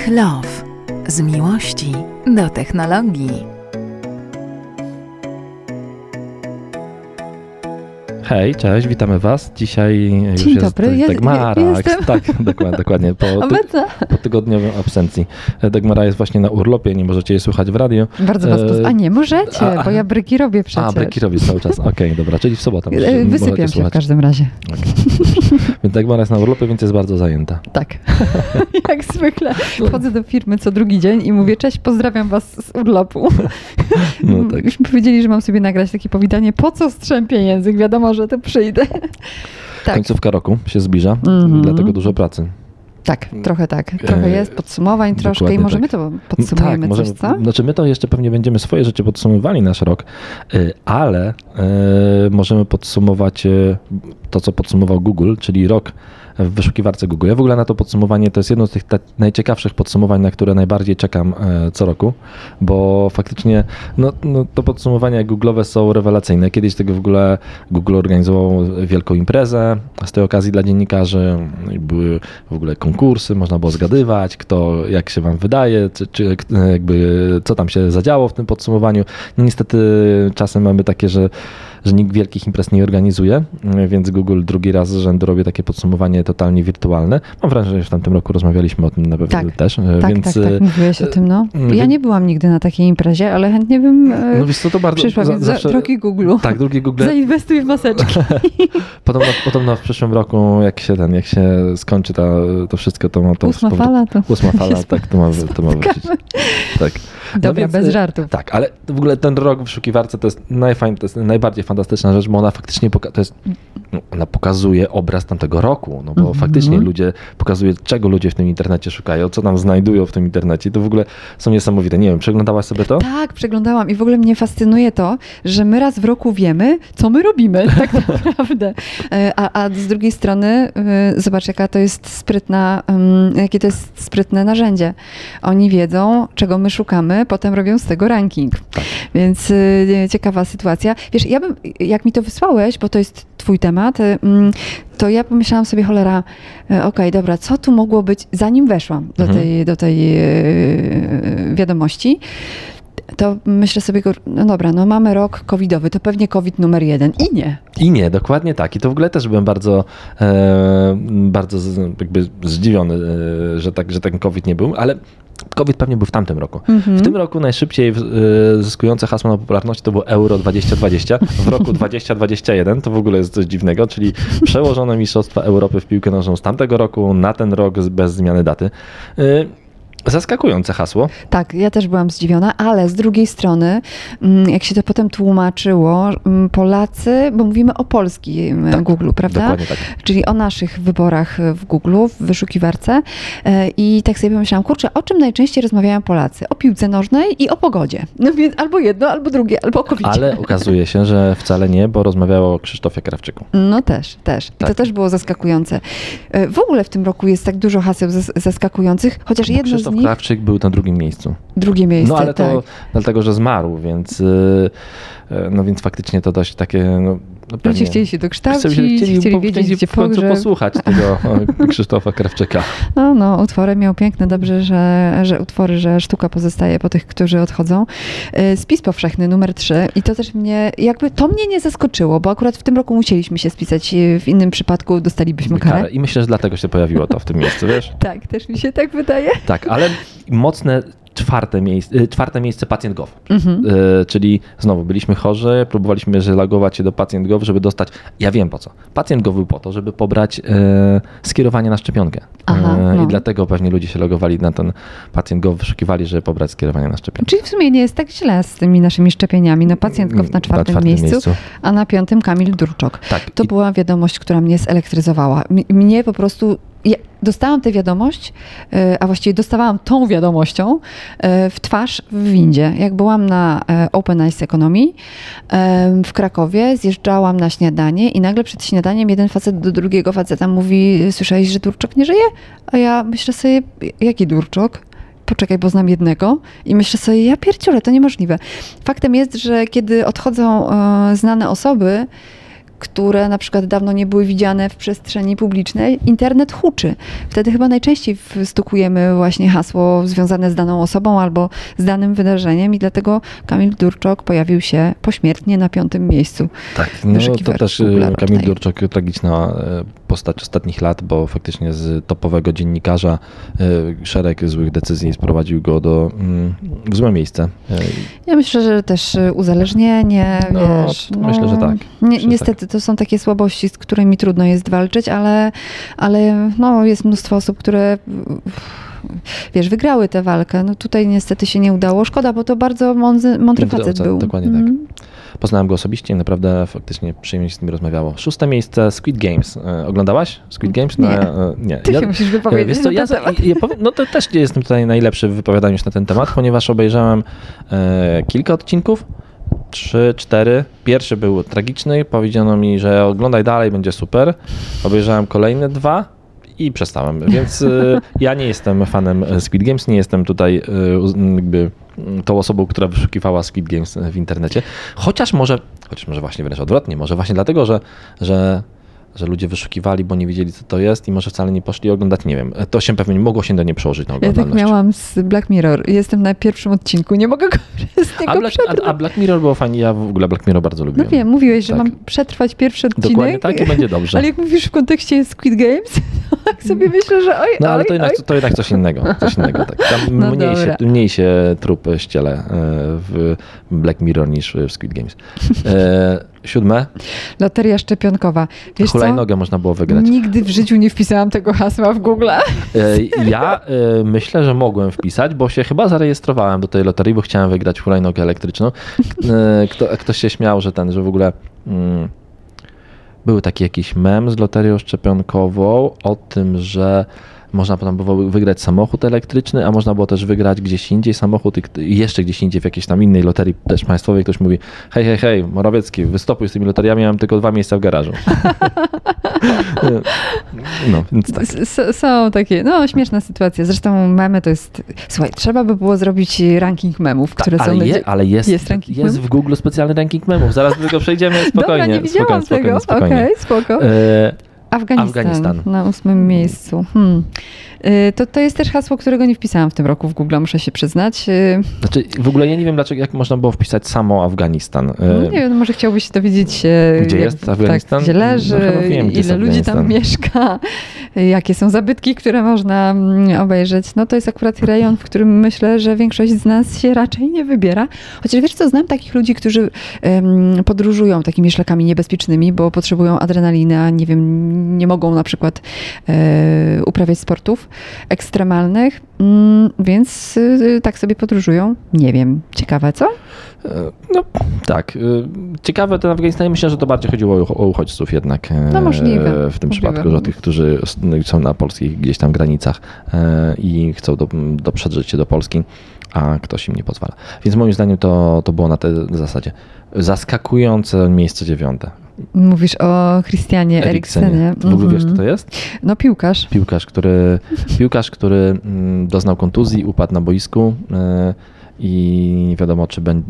Love. Z miłości do technologii. Hej, cześć, witamy Was. Dzisiaj już Dzień jest dobry, Dagmara. jestem. Tak, dokładnie. Po tygodniowym absencji. Dagmara jest właśnie na urlopie, nie możecie jej słuchać w radio. Bardzo was A nie możecie, bo ja bryki robię przecież. A, bryki robisz cały czas. Okej, dobra, czyli w sobotę Wysypiam się w każdym razie. Okay. Więc Dagmara jest na urlopie, więc jest bardzo zajęta. Tak, jak zwykle. Wchodzę do firmy co drugi dzień i mówię, cześć, pozdrawiam was z urlopu. No tak. Już mi powiedzieli, że mam sobie nagrać takie powitanie, po co strzępię język, wiadomo, że to przyjdę. Tak. Końcówka roku się zbliża, dlatego dużo pracy. Tak, trochę tak. Trochę jest podsumowań troszkę i może my to podsumujemy tak, coś, co? Znaczy my to jeszcze pewnie będziemy swoje rzeczy podsumowali nasz rok, ale możemy podsumować to, co podsumował Google, czyli rok w wyszukiwarce Google. Ja w ogóle na to podsumowanie to jest jedno z tych najciekawszych podsumowań, na które najbardziej czekam co roku, bo faktycznie to podsumowania Google'owe są rewelacyjne. Kiedyś tego w ogóle Google organizował wielką imprezę z tej okazji dla dziennikarzy. Były w ogóle konkursy, można było zgadywać, kto jak się wam wydaje, czy jakby co tam się zadziało w tym podsumowaniu. Niestety czasem mamy takie, że nikt wielkich imprez nie organizuje, więc Google drugi raz z rzędu robi takie podsumowanie totalnie wirtualne. Mam wrażenie, że w tamtym roku rozmawialiśmy o tym na pewno też. Tak, więc, tak, mówiłeś o tym, no. Ja nie byłam nigdy na takiej imprezie, ale chętnie bym wiesz co, to bardzo, przyszła, więc drogi Google. Tak, drogi Google. Zainwestuj w maseczki. Podobno w przyszłym roku, jak się skończy to wszystko, to ósma fala, tak, to ma wrócić. Tak. Dobra, bez żartów. Tak, ale w ogóle ten rok w wyszukiwarce to jest najbardziej fantastyczna rzecz, bo ona faktycznie ona pokazuje obraz tamtego roku, no bo faktycznie pokazuje, czego ludzie w tym internecie szukają, co tam znajdują w tym internecie. To w ogóle są niesamowite. Nie wiem, przeglądałaś sobie to? Tak, przeglądałam i w ogóle mnie fascynuje to, że my raz w roku wiemy, co my robimy, tak naprawdę. A z drugiej strony zobacz, jakie to jest sprytne narzędzie. Oni wiedzą, czego my szukamy, potem robią z tego ranking. Tak. Więc ciekawa sytuacja. Wiesz, jak mi to wysłałeś, bo to jest twój temat, to ja pomyślałam sobie, cholera, okej, dobra, co tu mogło być, zanim weszłam do tej wiadomości, to myślę sobie, no dobra, mamy rok covidowy, to pewnie COVID numer 1 i nie. Dokładnie tak. I to w ogóle też byłem bardzo jakby zdziwiony, że ten COVID nie był, ale COVID pewnie był w tamtym roku. W tym roku najszybciej zyskujące hasło na popularności to było Euro 2020. W roku 2021 to w ogóle jest coś dziwnego, czyli przełożone Mistrzostwa Europy w piłkę nożną z tamtego roku na ten rok bez zmiany daty. Zaskakujące hasło. Tak, ja też byłam zdziwiona, ale z drugiej strony, jak się to potem tłumaczyło, Polacy, bo mówimy o polskim Google, prawda? Dokładnie tak. Czyli o naszych wyborach w Google, w wyszukiwarce. I tak sobie pomyślałam, kurczę, o czym najczęściej rozmawiają Polacy? O piłce nożnej i o pogodzie. No więc albo jedno, albo drugie, albo o COVID-zie. Ale okazuje się, że wcale nie, bo rozmawiało o Krzysztofie Krawczyku. No też. I to też było zaskakujące. W ogóle w tym roku jest tak dużo haseł zaskakujących, chociaż jedno z nich... Krawczyk był na drugim miejscu. Drugie miejsce, no ale tak. To dlatego, że zmarł, więc faktycznie to dość takie... Ludzie chcieli się dokształcić, chcieli wiedzieć, gdzie w końcu posłuchać tego Krzysztofa Krawczyka. No, utwory miał piękne, dobrze, że sztuka pozostaje po tych, którzy odchodzą. Spis powszechny numer 3 i to też mnie nie zaskoczyło, bo akurat w tym roku musieliśmy się spisać, w innym przypadku dostalibyśmy karę. I myślę, że dlatego się pojawiło to w tym miejscu, wiesz? Tak, też mi się tak wydaje. Tak, ale mocne czwarte miejsce PacjentGov. Czyli znowu byliśmy chorzy, próbowaliśmy zalogować się do PacjentGov, żeby dostać, ja wiem po co. PacjentGov był po to, żeby pobrać skierowanie na szczepionkę. I dlatego pewnie ludzie się logowali na ten PacjentGov, wyszukiwali, żeby pobrać skierowanie na szczepionkę. Czyli w sumie nie jest tak źle z tymi naszymi szczepieniami. No PacjentGov na czwartym miejscu, a na 5 Kamil Durczok. Tak. To była wiadomość, która mnie zelektryzowała. Mnie po prostu... Ja dostałam tę wiadomość, a właściwie dostawałam tą wiadomością w twarz w windzie. Jak byłam na Open Eyes Economy w Krakowie, zjeżdżałam na śniadanie i nagle przed śniadaniem jeden facet do drugiego faceta mówi: słyszałeś, że Durczok nie żyje? A ja myślę sobie, jaki Durczok? Poczekaj, bo znam jednego. I myślę sobie, ja pierdzielę, to niemożliwe. Faktem jest, że kiedy odchodzą znane osoby, które na przykład dawno nie były widziane w przestrzeni publicznej, internet huczy. Wtedy chyba najczęściej wstukujemy właśnie hasło związane z daną osobą albo z danym wydarzeniem i dlatego Kamil Durczok pojawił się pośmiertnie na 5. miejscu. Tak, no to też Kamil Durczok, tragiczna postać ostatnich lat, bo faktycznie z topowego dziennikarza szereg złych decyzji sprowadził go w złe miejsce. Ja myślę, że też uzależnienie, wiesz. Myślę, że tak. Niestety to są takie słabości, z którymi trudno jest walczyć, ale no, jest mnóstwo osób, które wygrały tę walkę. No tutaj niestety się nie udało. Szkoda, bo to bardzo mądry facet był. Dokładnie tak. Poznałem go osobiście i naprawdę faktycznie przyjemnie się z nim rozmawiało. 6. miejsce Squid Games. Oglądałaś Squid Games? Nie. Ty się musisz wypowiedzieć na ten temat. No to też nie jestem tutaj najlepszy w wypowiadaniu się na ten temat, ponieważ obejrzałem kilka odcinków. 3, 4. Pierwszy był tragiczny. Powiedziano mi, że oglądaj dalej, będzie super. Obejrzałem kolejne 2 i przestałem. Więc ja nie jestem fanem Squid Games, nie jestem tutaj jakby tą osobą, która wyszukiwała Squid Games w internecie. Chociaż może właśnie wręcz odwrotnie, może właśnie dlatego, że ludzie wyszukiwali, bo nie wiedzieli, co to jest i może wcale nie poszli oglądać, nie wiem. To się pewnie mogło się do niej przełożyć na oglądalność. Ja tak miałam z Black Mirror. Jestem na pierwszym odcinku, nie mogę go przetrwać. A Black Mirror było fajnie, ja w ogóle Black Mirror bardzo lubię. No wiem, mówiłeś, że mam przetrwać pierwszy odcinek. Dokładnie tak i będzie dobrze. Ale jak mówisz w kontekście Squid Games, to tak sobie myślę, że No ale to jednak coś innego. Tak. Tam mniej się trup ściele w Black Mirror niż w Squid Games. 7. Loteria szczepionkowa. Wiesz hulajnogę można było wygrać. Nigdy w życiu nie wpisałam tego hasła w Google. Ja myślę, że mogłem wpisać, bo się chyba zarejestrowałem do tej loterii, bo chciałem wygrać hulajnogę elektryczną. Ktoś się śmiał, że w ogóle był taki jakiś mem z loterią szczepionkową o tym, że można tam było wygrać samochód elektryczny, a można było też wygrać gdzieś indziej samochód i jeszcze gdzieś indziej w jakiejś tam innej loterii też państwowej. Ktoś mówi, hej, Morawiecki, wystopuj z tymi loteriami, ja mam tylko 2 miejsca w garażu. No, więc tak. Są takie, śmieszna sytuacja. Zresztą memy to jest, słuchaj, trzeba by było zrobić ranking memów, które są... Ale jest w Google specjalny ranking memów. Zaraz do tego przejdziemy spokojnie. Dobra, nie widziałam tego. Okej, spoko. Afganistan na 8. miejscu. To jest też hasło, którego nie wpisałam w tym roku w Google, muszę się przyznać. Znaczy, w ogóle ja nie wiem, dlaczego, jak można było wpisać samo Afganistan. Nie wiem, może chciałbyś się dowiedzieć, gdzie jest Afganistan? Tak, gdzie leży, wiem, ile ludzi tam mieszka, jakie są zabytki, które można obejrzeć. No to jest akurat rejon, w którym myślę, że większość z nas się raczej nie wybiera. Chociaż wiesz co, znam takich ludzi, którzy podróżują takimi szlakami niebezpiecznymi, bo potrzebują adrenaliny, a nie wiem, nie mogą na przykład uprawiać sportów ekstremalnych, więc tak sobie podróżują. Nie wiem. Ciekawe, co? No tak. Ciekawe ten Afganistan. Myślę, że to bardziej chodziło o uchodźców jednak. No możliwe. W tym przypadku, że o tych, którzy są na polskich gdzieś tam granicach i chcą przedrzeć się do Polski, a ktoś im nie pozwala. Więc moim zdaniem to było na tej zasadzie. Zaskakujące miejsce 9. Mówisz o Christianie Eriksenie. W ogóle wiesz, kto to jest? No piłkarz. Piłkarz, który doznał kontuzji, upadł na boisku i nie wiadomo,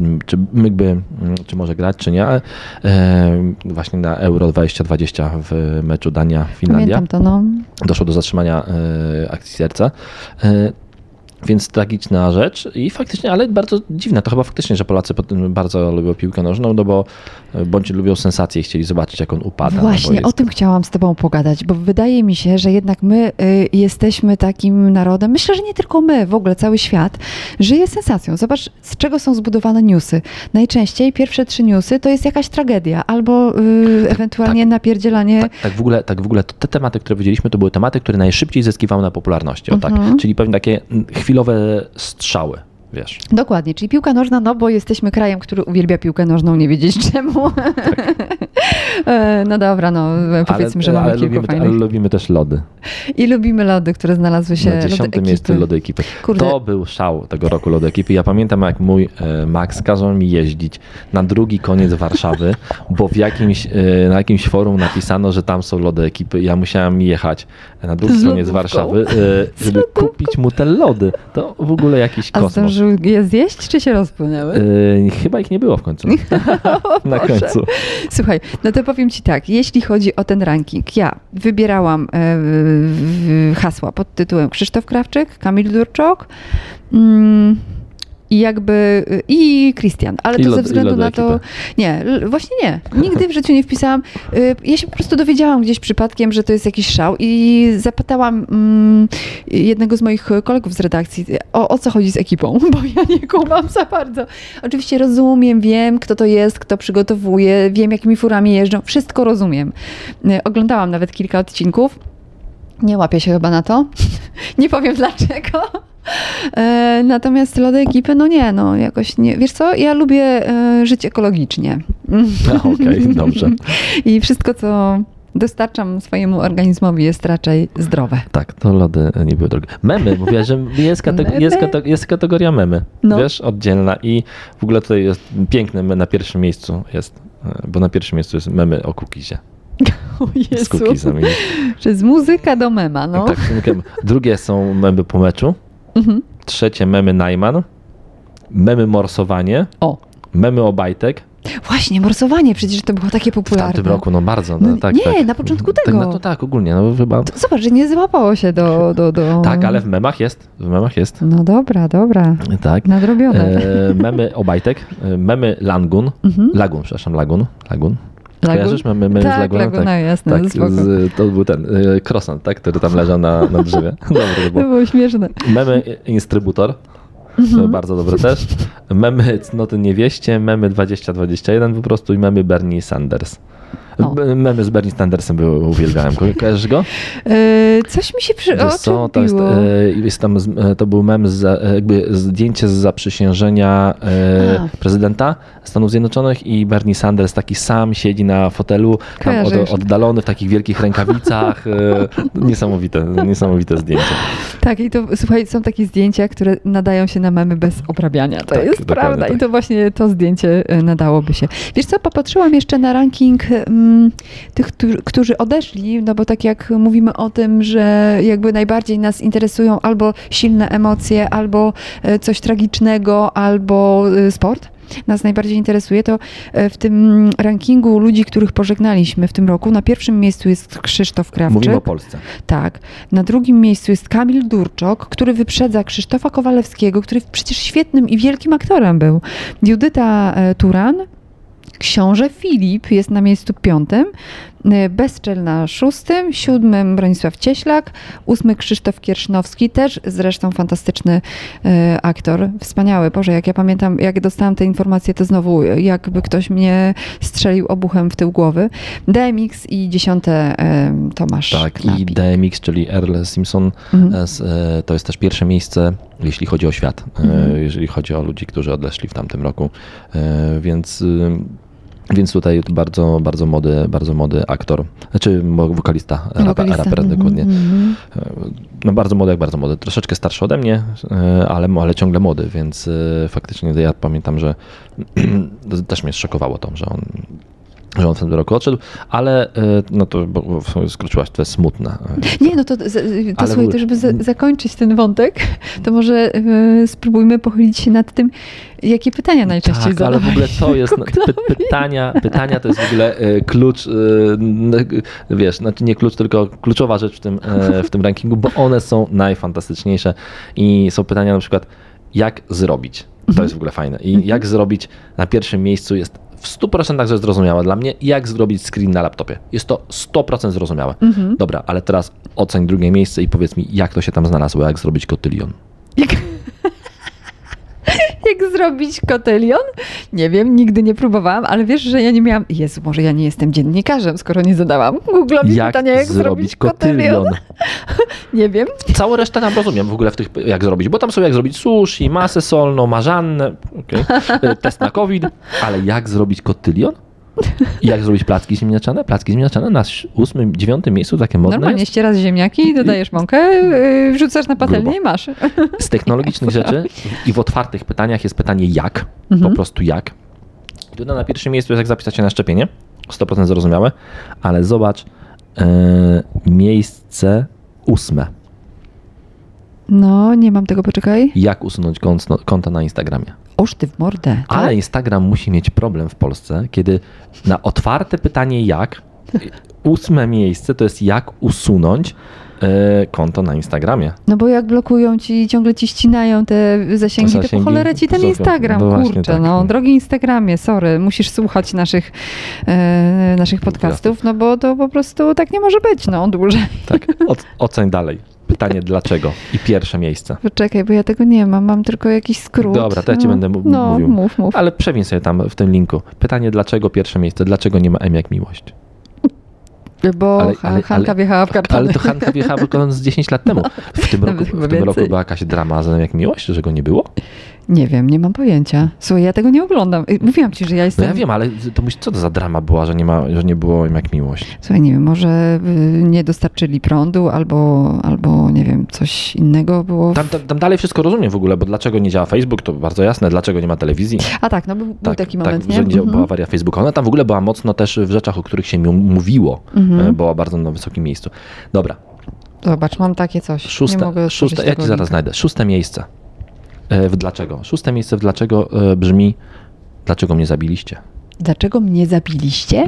czy może grać, czy nie. Właśnie na Euro 2020 w meczu Dania-Finlandia. Pamiętam to, Doszło do zatrzymania akcji serca. Więc tragiczna rzecz i faktycznie, ale bardzo dziwne. To chyba faktycznie, że Polacy bardzo lubią piłkę nożną, no bo bądź lubią sensację i chcieli zobaczyć, jak on upada. Właśnie, o tym chciałam z tobą pogadać, bo wydaje mi się, że jednak my jesteśmy takim narodem, myślę, że nie tylko my, w ogóle cały świat, żyje sensacją. Zobacz, z czego są zbudowane newsy. Najczęściej pierwsze 3 newsy to jest jakaś tragedia, albo ewentualnie napierdzielanie. Tak, w ogóle te tematy, które widzieliśmy, to były tematy, które najszybciej zyskiwały na popularności. Czyli pewnie takie chwilowe strzały, wiesz. Dokładnie, czyli piłka nożna, bo jesteśmy krajem, który uwielbia piłkę nożną, nie wiedzieć czemu. Tak. No dobra, powiedzmy, że mamy kilku fajnych. Ale lubimy też lody. I lubimy lody, które znalazły się. Na 10. miejscu lody ekipy. Kurde. To był szał tego roku lody ekipy. Ja pamiętam, jak mój Max kazał mi jeździć na drugi koniec Warszawy, bo na jakimś forum napisano, że tam są lody ekipy. Ja musiałem jechać na drugi koniec Warszawy, żeby kupić mu te lody. To w ogóle jakiś kosmos. je zjeść, czy się rozpłynęły? Chyba ich nie było w końcu. Na końcu. Słuchaj, no to powiem ci tak, jeśli chodzi o ten ranking, ja wybierałam hasła pod tytułem Krzysztof Krawczyk, Kamil Durczok, i Krystian, ale to ze względu na to... Nie, właśnie nie. Nigdy w życiu nie wpisałam. Ja się po prostu dowiedziałam gdzieś przypadkiem, że to jest jakiś szał i zapytałam jednego z moich kolegów z redakcji, o co chodzi z ekipą, bo ja nie kumam za bardzo. Oczywiście rozumiem, wiem, kto to jest, kto przygotowuje, wiem, jakimi furami jeżdżą, wszystko rozumiem. Oglądałam nawet kilka odcinków. Nie łapię się chyba na to. Nie powiem dlaczego. Natomiast lody ekipy, no nie, no jakoś nie. Wiesz co, ja lubię żyć ekologicznie. Okej, dobrze. I wszystko, co dostarczam swojemu organizmowi, jest raczej zdrowe. Tak, to lody nie były drogie. Memy, mówiłaś, że jest kategoria memy, wiesz, oddzielna i w ogóle tutaj jest piękne na pierwszym miejscu jest, bo na pierwszym miejscu jest memy o cookisie. O Jezu. Z cookiesem. Przez muzyka do mema, no. Tak, drugie są memy po meczu. Trzecie memy Najman, memy morsowanie, memy Obajtek. Właśnie, morsowanie, przecież to było takie popularne. W tamtym roku, no bardzo. Tak, nie, tak. Na początku tego. Tak, ogólnie. No, chyba... Zobacz, że nie złapało się do... Tak, ale w memach jest. No dobra. Tak. Nadrobione. Memy Obajtek, memy Lagun. Kojarzysz memy z Lagunem? Laguna, jasne, tak, to był ten croissant, tak, który tam leżał na drzewie. Dobre to było. To było śmieszne. Memy Instrybutor. To bardzo dobre też. Memy Cnoty Niewieście, memy 2021 po prostu i memy Bernie Sanders. Memy z Bernie Sandersem uwielbiałem. Kojarzysz go? Coś mi się to był mem, zdjęcie z zaprzysiężenia prezydenta Stanów Zjednoczonych i Bernie Sanders taki sam siedzi na fotelu, tam oddalony w takich wielkich rękawicach. Niesamowite zdjęcie. Tak, i to słuchaj, są takie zdjęcia, które nadają się na memy bez obrabiania. To jest prawda. Tak. I to właśnie to zdjęcie nadałoby się. Wiesz co, popatrzyłam jeszcze na ranking tych, którzy odeszli, no bo tak jak mówimy o tym, że jakby najbardziej nas interesują albo silne emocje, albo coś tragicznego, albo sport. Nas najbardziej interesuje, to w tym rankingu ludzi, których pożegnaliśmy w tym roku, na pierwszym miejscu jest Krzysztof Krawczyk. Mówimy o Polsce. Tak. Na drugim miejscu jest Kamil Durczok, który wyprzedza Krzysztofa Kowalewskiego, który przecież świetnym i wielkim aktorem był. Judyta Turan. Książę Filip jest na miejscu 5, Bezczel na 6, 7 Bronisław Cieślak, 8 Krzysztof Kiersznowski, też zresztą fantastyczny aktor, wspaniały. Boże, jak ja pamiętam, jak dostałam te informacje, to znowu jakby ktoś mnie strzelił obuchem w tył głowy. DMX i 10 Tomasz Knapik. I DMX, czyli Earl Simpson, to jest też pierwsze miejsce, jeśli chodzi o świat, jeżeli chodzi o ludzi, którzy odeszli w tamtym roku, więc tutaj bardzo młody aktor, znaczy wokalista, raper dokładnie. No bardzo młody, troszeczkę starszy ode mnie, ale ciągle młody, więc faktycznie ja pamiętam, że też mnie szokowało to, że on w tym roku odszedł, ale no to skróciłaś, to jest smutne. Nie, no to słuchaj, to żeby zakończyć ten wątek, to może spróbujmy pochylić się nad tym, jakie pytania najczęściej zadają. Ale w ogóle to jest, pytania to jest w ogóle klucz, wiesz, znaczy nie klucz, tylko kluczowa rzecz w tym rankingu, bo one są najfantastyczniejsze i są pytania na przykład, jak zrobić, to jest w ogóle fajne i jak zrobić na pierwszym miejscu jest w 100% że zrozumiałe dla mnie, jak zrobić screen na laptopie. Jest to 100% zrozumiałe. Dobra, ale teraz oceń drugie miejsce i powiedz mi, jak to się tam znalazło, jak zrobić kotylion. Jak zrobić kotylion? Nie wiem, nigdy nie próbowałam, ale wiesz, że ja nie miałam... Jezu, może ja nie jestem dziennikarzem, skoro nie zadałam Google'owi pytania, jak zrobić kotylion. Nie wiem. Całą resztę tam rozumiem w ogóle w tych, jak zrobić, bo tam są jak zrobić sushi, masę solną, marzannę, test na COVID, ale jak zrobić kotylion? I jak zrobić placki ziemniaczane? Placki ziemniaczane na 8., 9. miejscu, takie modne. Normalnie ścierasz ziemniaki, dodajesz mąkę, wrzucasz na patelnię i masz. Z technologicznych rzeczy i w otwartych pytaniach jest pytanie jak, po prostu jak. Tutaj na pierwszym miejscu jest jak zapisać się na szczepienie, 100% zrozumiałe, ale zobacz, miejsce 8. No, nie mam tego, poczekaj. Jak usunąć konto na Instagramie? Oż ty w mordę, tak? Ale Instagram musi mieć problem w Polsce, kiedy na otwarte pytanie jak, 8 miejsce to jest jak usunąć konto na Instagramie. No bo jak blokują ci, ciągle ci ścinają te zasięgi, to po cholerę ci ten Instagram, no kurczę. tak. No, drogi Instagramie, sorry, musisz słuchać naszych podcastów, no bo to po prostu tak nie może być, no, dłużej. Tak, oceń dalej. Pytanie dlaczego i pierwsze miejsce. Poczekaj, bo ja tego nie mam tylko jakiś skrót. Dobra, to ja ci będę mówił. No, mów. Ale przewiń sobie tam w tym linku. Pytanie dlaczego pierwsze miejsce, dlaczego nie ma M jak miłość? Bo Hanka wjechała w kartony. Ale to Hanka wjechała tylko z 10 lat temu. W tym roku była jakaś drama z M jak miłość, że go nie było? Nie wiem, nie mam pojęcia. Słuchaj, ja tego nie oglądam. Mówiłam ci, że ja jestem... No ja wiem, ale to co to za drama była, że nie było M jak miłość? Słuchaj, nie wiem, może nie dostarczyli prądu albo nie wiem, coś innego było. Tam dalej wszystko rozumiem w ogóle, bo dlaczego nie działa Facebook, to bardzo jasne, dlaczego nie ma telewizji. A tak, no był taki moment, nie? Że nie była awaria Facebooka. Ona tam w ogóle była mocno też w rzeczach, o których się mówiło. Była bardzo na wysokim miejscu. Dobra. Zobacz, mam takie coś. Szóste, ja ci zaraz znajdę. 6 miejsce. W dlaczego? 6 miejsce w dlaczego brzmi dlaczego mnie zabiliście? Dlaczego mnie zabiliście?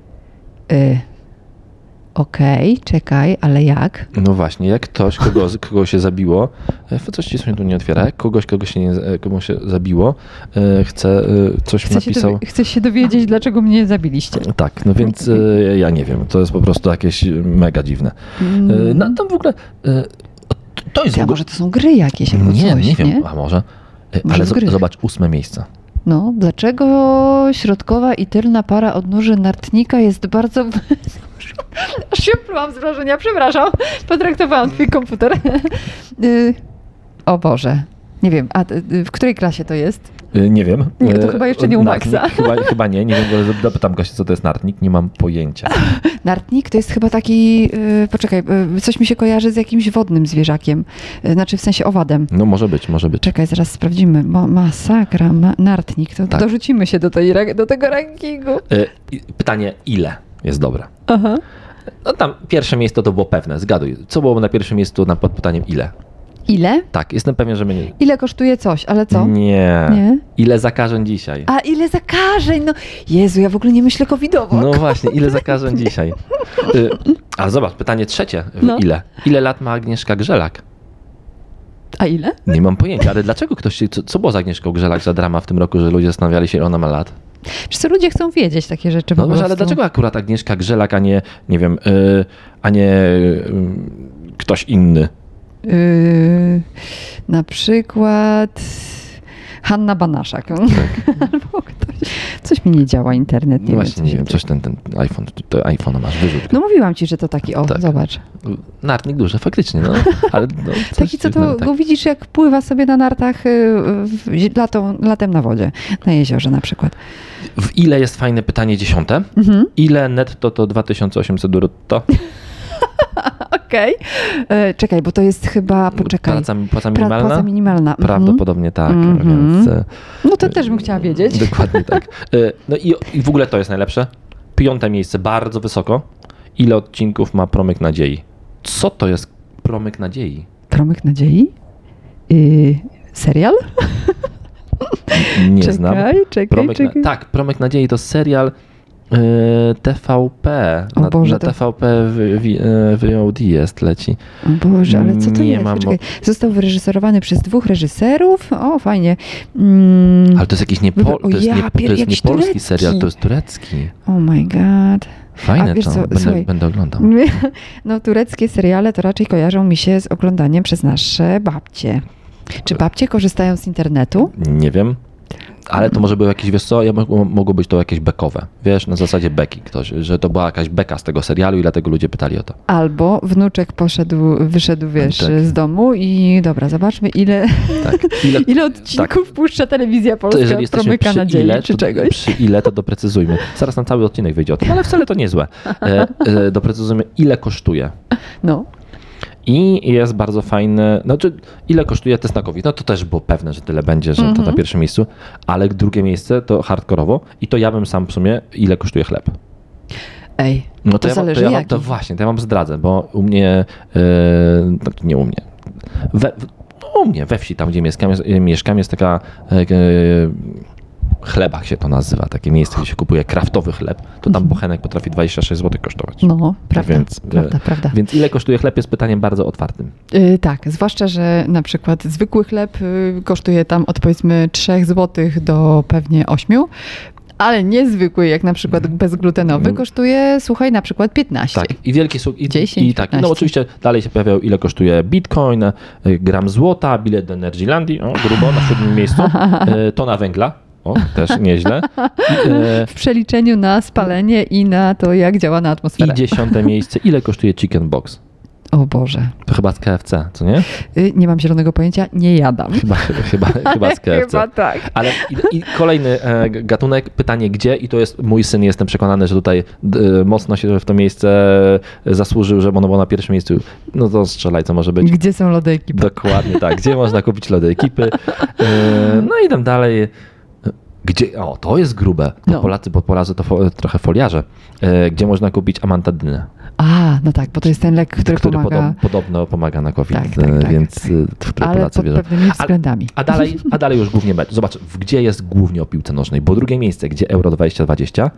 Okej, czekaj, ale jak? No właśnie, jak ktoś, kogo się zabiło, coś ci się tu nie otwiera, jak komu się zabiło, napisał. Chcę się dowiedzieć, dlaczego mnie zabiliście. Tak, no więc ja nie wiem, to jest po prostu jakieś mega dziwne. No tam w ogóle... To jest może to są gry jakieś albo nie, coś, nie wiem, nie? a może. Ale zobacz, 8 miejsce. No, dlaczego środkowa i tylna para odnóży nartnika jest bardzo... Aż się plułam z wrażenia, przepraszam. Potraktowałam twój komputer. O Boże. Nie wiem, a w której klasie to jest? Nie wiem. Nie, to chyba jeszcze nie u Maxa. Chyba nie wiem, dopytam go się, co to jest nartnik, nie mam pojęcia. Nartnik to jest chyba taki, poczekaj, coś mi się kojarzy z jakimś wodnym zwierzakiem, znaczy w sensie owadem. No może być. Czekaj, zaraz sprawdzimy, masakra, nartnik, to tak. Dorzucimy się do tego rankingu. Pytanie, ile jest dobre? Aha. No tam pierwsze miejsce to było pewne, zgaduj. Co było na pierwszym miejscu pod pytaniem ile? Ile? Tak, jestem pewien, że mnie... Ile kosztuje coś, ale co? Nie. Ile zakażeń dzisiaj? A ile zakażeń? No Jezu, ja w ogóle nie myślę covidowo. No właśnie, ile zakażeń dzisiaj? Ale zobacz, pytanie trzecie. Ile? Ile lat ma Agnieszka Grzelak? A ile? Nie mam pojęcia, ale dlaczego co było z Agnieszką Grzelak za drama w tym roku, że ludzie zastanawiali się, ile ona ma lat? Wiesz co, ludzie chcą wiedzieć takie rzeczy po prostu. Ale dlaczego akurat Agnieszka Grzelak, a nie wiem, a nie ktoś inny? Na przykład Hanna Banaszak. Tak. Albo coś mi nie działa internet. Nie wiem, coś ten iPhone, to iPhone masz, wyrzuć go. No mówiłam ci, że to taki, zobacz. Nartnik duży, faktycznie, no. Ale, taki, co to go widzisz, jak pływa sobie na nartach latem na wodzie, na jeziorze na przykład. W ile jest fajne pytanie 10? Ile netto to 2800 brutto? Okej. Czekaj, bo to jest chyba, poczekaj. Płaca minimalna? Płaca minimalna. Prawdopodobnie tak, więc... No to też bym chciała wiedzieć. Dokładnie tak. No i w ogóle to jest najlepsze. 5. miejsce, bardzo wysoko. Ile odcinków ma Promyk Nadziei? Co to jest Promyk Nadziei? Promyk Nadziei? Serial? Nie znam. Czekaj. Tak, Promyk Nadziei to serial TVP. O Boże, na TVP VOD leci. O Boże, ale co to jest? Został wyreżyserowany przez 2 reżyserów. O, fajnie. Ale to jest jakiś nie polski serial, to jest turecki. Oh my god. Fajne to, będę oglądał. No tureckie seriale to raczej kojarzą mi się z oglądaniem przez nasze babcie. Czy babcie korzystają z internetu? Nie wiem. Ale to może było jakieś, wiesz co, mogło być to jakieś bekowe. Wiesz, na zasadzie beki ktoś, że to była jakaś beka z tego serialu i dlatego ludzie pytali o to. Albo wnuczek wyszedł, wiesz, z domu i dobra, zobaczmy ile odcinków puszcza Telewizja Polska od Promyka Nadziei czy czegoś. Przy ile to doprecyzujmy. Zaraz na cały odcinek wyjdzie o tym, ale wcale to niezłe. Doprecyzujmy, ile kosztuje. No. I jest bardzo fajne, ile kosztuje test na COVID? No to też było pewne, że tyle będzie, że to na pierwszym miejscu, ale drugie miejsce to hardkorowo i to ja bym sam w sumie, ile kosztuje chleb. No to zależy jaki. To ja wam zdradzę, bo u mnie, nie u mnie, u mnie we wsi, tam gdzie mieszkam, jest taka chlebach się to nazywa, takie miejsce, gdzie się kupuje kraftowy chleb, to tam bochenek potrafi 26 zł kosztować. No, prawda, prawda. Więc ile kosztuje chleb jest pytaniem bardzo otwartym. Tak, zwłaszcza, że na przykład zwykły chleb kosztuje tam od powiedzmy 3 zł do pewnie 8, ale niezwykły, jak na przykład bezglutenowy, kosztuje, słuchaj, na przykład 15. Tak, i wielki suk. 10, i tak. No oczywiście dalej się pojawiają, ile kosztuje bitcoin, gram złota, bilet do Energylandii, grubo na 7 miejscu, tona węgla. O, też nieźle. W przeliczeniu na spalenie i na to, jak działa na atmosferę. I 10 miejsce. Ile kosztuje chicken box? O Boże. To chyba z KFC, co nie? Nie mam zielonego pojęcia, nie jadam. Chyba z KFC. Chyba tak. Ale i kolejny gatunek, pytanie gdzie? I to jest mój syn, jestem przekonany, że tutaj mocno się w to miejsce zasłużył, że ono było na pierwszym miejscu. No to strzelaj, co może być. Gdzie są lody ekipy? Dokładnie tak. Gdzie można kupić lody ekipy? No i tam dalej. Gdzie, to jest grube, bo Polacy to trochę foliarze. Gdzie można kupić amantadynę? No tak, bo to jest ten lek, który pomaga. Podobno pomaga na COVID, tak, więc ale Polacy pod wierzą. pewnymi względami. A dalej już głównie mecz. Zobacz, gdzie jest głównie o piłce nożnej, bo drugie miejsce, gdzie Euro 2020,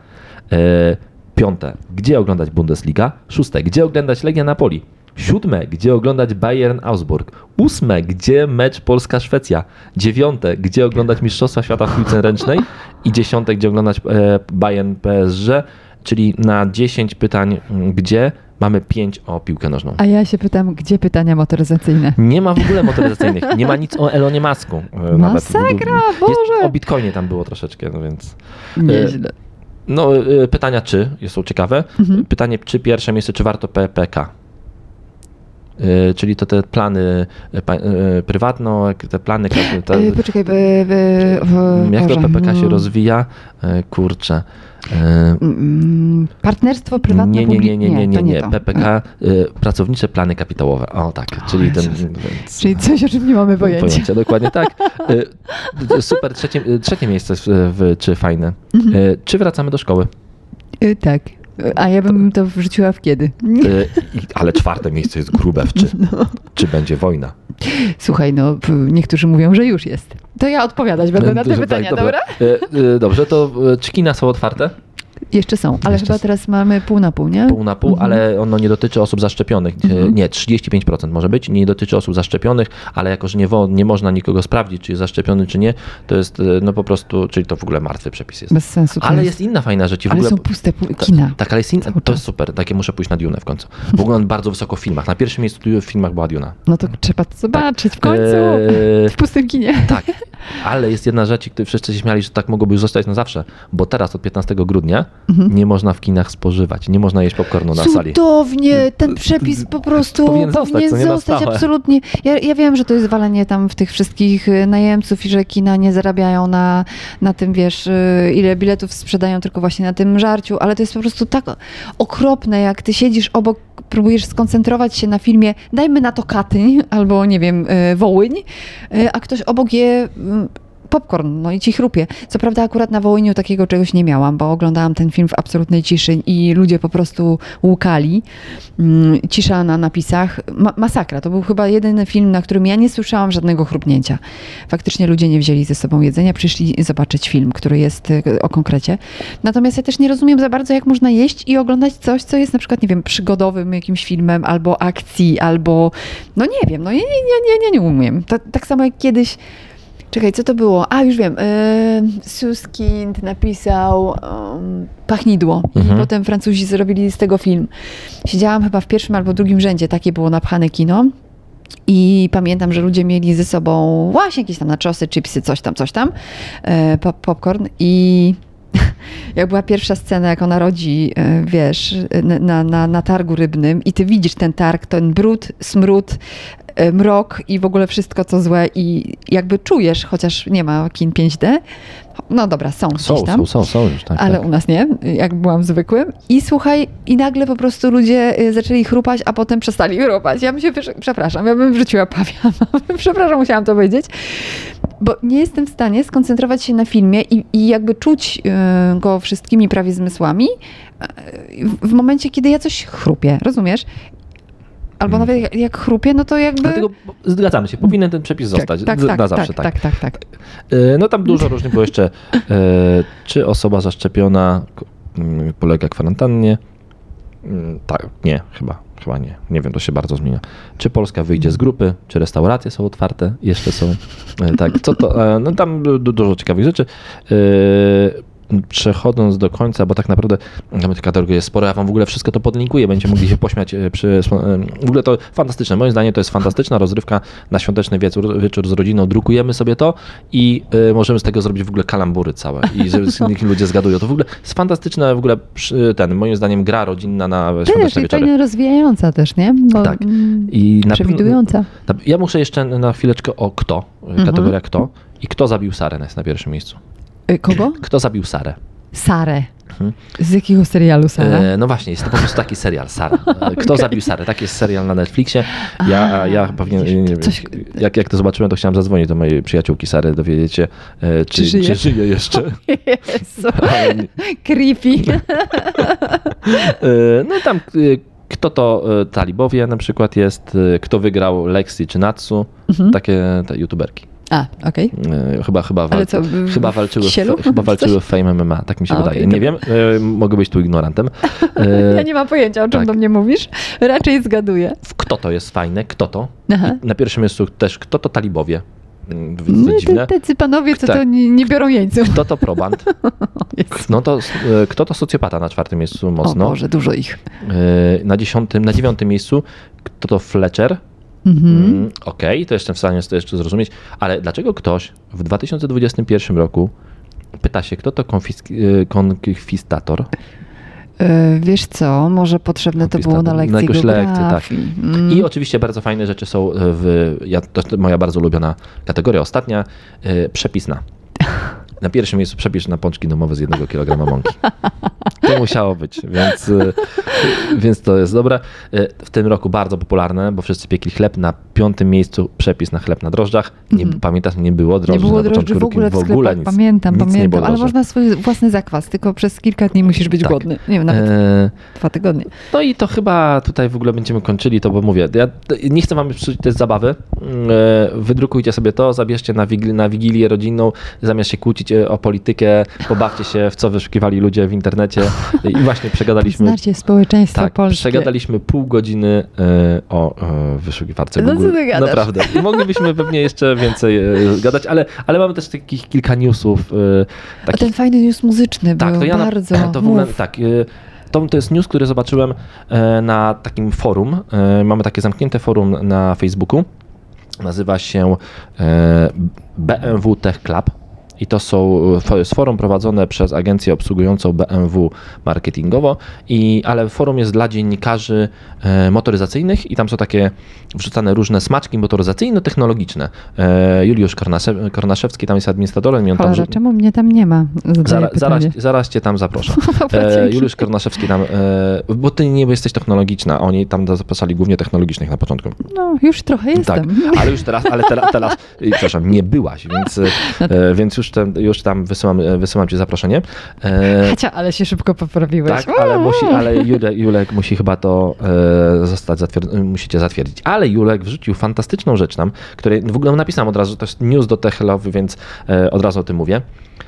5, gdzie oglądać Bundesliga, 6, gdzie oglądać Legia Napoli, 7, gdzie oglądać Bayern Augsburg, 8, gdzie mecz Polska-Szwecja, 9, gdzie oglądać Mistrzostwa Świata w piłce ręcznej i 10, gdzie oglądać Bayern PSG, czyli na 10 pytań gdzie mamy 5 o piłkę nożną. A ja się pytam, gdzie pytania motoryzacyjne? Nie ma w ogóle motoryzacyjnych, nie ma nic o Elonie Musku. Masakra, Boże! O Bitcoinie tam było troszeczkę, no więc... Nieźle. No, pytania czy są ciekawe. Pytanie czy pierwsze miejsce, czy warto PPK? Czyli to te plany prywatne, te plany... Poczekaj, jak to PPK się rozwija? Kurczę. Partnerstwo prywatne Nie. PPK, pracownicze plany kapitałowe. O tak, czyli Czyli coś, o czym nie mamy pojęcia. Dokładnie tak. Super, trzecie miejsce czy fajne. Czy wracamy do szkoły? Tak. A ja bym to wrzuciła w kiedy? Ale 4 miejsce jest grube w czy. Czy będzie wojna? Słuchaj, niektórzy mówią, że już jest. To ja odpowiadać będę na te pytania, dobra? Dobrze, to czy kina są otwarte? Jeszcze są, ale chyba teraz mamy pół na pół, nie? Pół na pół, ale ono nie dotyczy osób zaszczepionych. Nie, 35% może być, nie dotyczy osób zaszczepionych, ale jako, że nie można nikogo sprawdzić, czy jest zaszczepiony, czy nie, to jest po prostu, czyli to w ogóle martwy przepis jest. Bez sensu. Ale jest inna fajna rzecz. Ale są puste kina. Tak, ale jest inna, to jest super, takie muszę pójść na Dune w końcu. W ogóle on bardzo wysoko w filmach. Na pierwszym miejscu w filmach była Duna. No to trzeba to zobaczyć w końcu, w pustym kinie. Tak, ale jest jedna rzecz, której wszyscy się śmiali, że tak mogłoby już zostać na zawsze, bo teraz od 15 grudnia nie można w kinach spożywać, nie można jeść popcornu na sali. Cudownie, ten przepis po prostu powinien zostać absolutnie. Ja wiem, że to jest walenie tam w tych wszystkich najemców i że kina nie zarabiają na tym, wiesz, ile biletów sprzedają tylko właśnie na tym żarciu, ale to jest po prostu tak okropne, jak ty siedzisz obok, próbujesz skoncentrować się na filmie, dajmy na to Katyń albo, nie wiem, Wołyń, a ktoś obok je popcorn, no i ci chrupie. Co prawda akurat na Wołyniu takiego czegoś nie miałam, bo oglądałam ten film w absolutnej ciszy i ludzie po prostu łukali. Cisza na napisach. Masakra. To był chyba jedyny film, na którym ja nie słyszałam żadnego chrupnięcia. Faktycznie ludzie nie wzięli ze sobą jedzenia, przyszli zobaczyć film, który jest o konkrecie. Natomiast ja też nie rozumiem za bardzo, jak można jeść i oglądać coś, co jest na przykład, nie wiem, przygodowym jakimś filmem, albo akcji, albo no nie wiem, no nie umiem. Tak samo jak kiedyś. Czekaj, co to było? Już wiem. Suskind napisał Pachnidło. I potem Francuzi zrobili z tego film. Siedziałam chyba w pierwszym albo drugim rzędzie. Takie było napchane kino. I pamiętam, że ludzie mieli ze sobą właśnie jakieś tam naczosy, chipsy, coś tam. Popcorn. I jak była pierwsza scena, jak ona rodzi, wiesz, na targu rybnym i ty widzisz ten targ, ten brud, smród, mrok i w ogóle wszystko, co złe i jakby czujesz, chociaż nie ma kin 5D, no dobra, są gdzieś tam. Są już, tak. Ale u nas nie, jak byłam zwykłym. I słuchaj, i nagle po prostu ludzie zaczęli chrupać, a potem przestali chrupać. Ja bym się, przepraszam, ja bym wrzuciła pawian. Przepraszam, musiałam to powiedzieć. Bo nie jestem w stanie skoncentrować się na filmie i jakby czuć go wszystkimi prawie zmysłami w momencie, kiedy ja coś chrupię, rozumiesz? albo nawet jak chrupie, no to jakby... Dlatego zgadzamy się, powinien ten przepis zostać na zawsze. Tak. No tam dużo różnych było jeszcze, czy osoba zaszczepiona polega kwarantannie. Tak, nie, chyba nie. Nie wiem, to się bardzo zmienia. Czy Polska wyjdzie z grupy, czy restauracje są otwarte, jeszcze są. Tak, co to? No tam dużo ciekawych rzeczy. Przechodząc do końca, bo tak naprawdę tych kategorii jest sporo, ja wam w ogóle wszystko to podlinkuję, będziecie mogli się pośmiać w ogóle to fantastyczne, moim zdaniem to jest fantastyczna rozrywka na świąteczny wieczór z rodziną, drukujemy sobie to i możemy z tego zrobić w ogóle kalambury całe i że ludzie zgadują, to w ogóle jest fantastyczna w ogóle moim zdaniem gra rodzinna na świąteczne wieczory. Fajnie rozwijająca też, nie? Bo tak. I przewidująca. Ja muszę jeszcze na chwileczkę o kto, kategoria kto i kto zabił Sarę jest na pierwszym miejscu. Kogo? Kto zabił Sarę? Sarę. Z jakiego serialu Sara? No właśnie, jest to po prostu taki serial, Sara. Kto zabił Sarę? Taki jest serial na Netflixie. Ja pewnie, jak to zobaczyłem, to chciałem zadzwonić do mojej przyjaciółki Sary, dowiedzieć się, czy żyje jeszcze. Jezu. Creepy. No tam, kto to talibowie na przykład jest, kto wygrał Lexi czy Natsu, takie te youtuberki. Okej. Chyba walczyły w Fame MMA, tak mi się wydaje. Nie wiem, mogę być tu ignorantem. Ja nie mam pojęcia, o czym do mnie mówisz. Raczej zgaduję. Kto to jest fajne? Kto to? Na pierwszym miejscu też, kto to talibowie? Dziwne. Tacy panowie, co to nie biorą jeńców. Kto to proband? Kto to socjopata na 4. miejscu mocno? O Boże, dużo ich. Na 9. miejscu kto to Fletcher? Okej, to jestem w stanie to jeszcze zrozumieć, ale dlaczego ktoś w 2021 roku pyta się, kto to konkwistator? Wiesz co, może potrzebne to było na lekcji geografii. Tak. I oczywiście bardzo fajne rzeczy są to moja bardzo ulubiona kategoria ostatnia, przepis na. Na pierwszym miejscu przepis na pączki domowe z 1 kg mąki. To musiało być, więc to jest dobre. W tym roku bardzo popularne, bo wszyscy piekli chleb. Na 5. miejscu przepis na chleb na drożdżach. Pamiętasz, nie było drożdży na początku roku. W ogóle nic, pamiętam, ale można swój własny zakwas, tylko przez kilka dni musisz być głodny. Nie wiem, nawet 2 tygodnie. No i to chyba tutaj w ogóle będziemy kończyli to, bo mówię, ja nie chcę wam już psuć tej zabawy. Wydrukujcie sobie to, zabierzcie na wigilię rodzinną, zamiast się kłócić o politykę, pobawcie się, w co wyszukiwali ludzie w internecie i właśnie przegadaliśmy... Znacie społeczeństwo polskie. Przegadaliśmy pół godziny o wyszukiwarce Google. No co ty gadasz? Naprawdę. I moglibyśmy pewnie jeszcze więcej gadać, ale mamy też takich kilka newsów. A ten fajny news muzyczny był bardzo... To w ogóle tak... To jest news, który zobaczyłem na takim forum. Mamy takie zamknięte forum na Facebooku. Nazywa się BMW Tech Club. I to jest forum prowadzone przez agencję obsługującą BMW marketingowo, ale forum jest dla dziennikarzy motoryzacyjnych i tam są takie wrzucane różne smaczki motoryzacyjno-technologiczne. Juliusz Kornaszewski tam jest administratorem. Czemu mnie tam nie ma? Zaraz cię tam zaproszę. Juliusz Kornaszewski tam, bo ty nie jesteś technologiczna, oni tam zapraszali głównie technologicznych na początku. No, już trochę jestem. Tak, ale już teraz, przepraszam, nie byłaś, więc już tam wysyłam ci zaproszenie. Ale się szybko poprawiłeś. Tak, ale Julek musi chyba to musicie zatwierdzić. Ale Julek wrzucił fantastyczną rzecz tam, której w ogóle napisałem od razu, to jest news do Techlowy, więc od razu o tym mówię.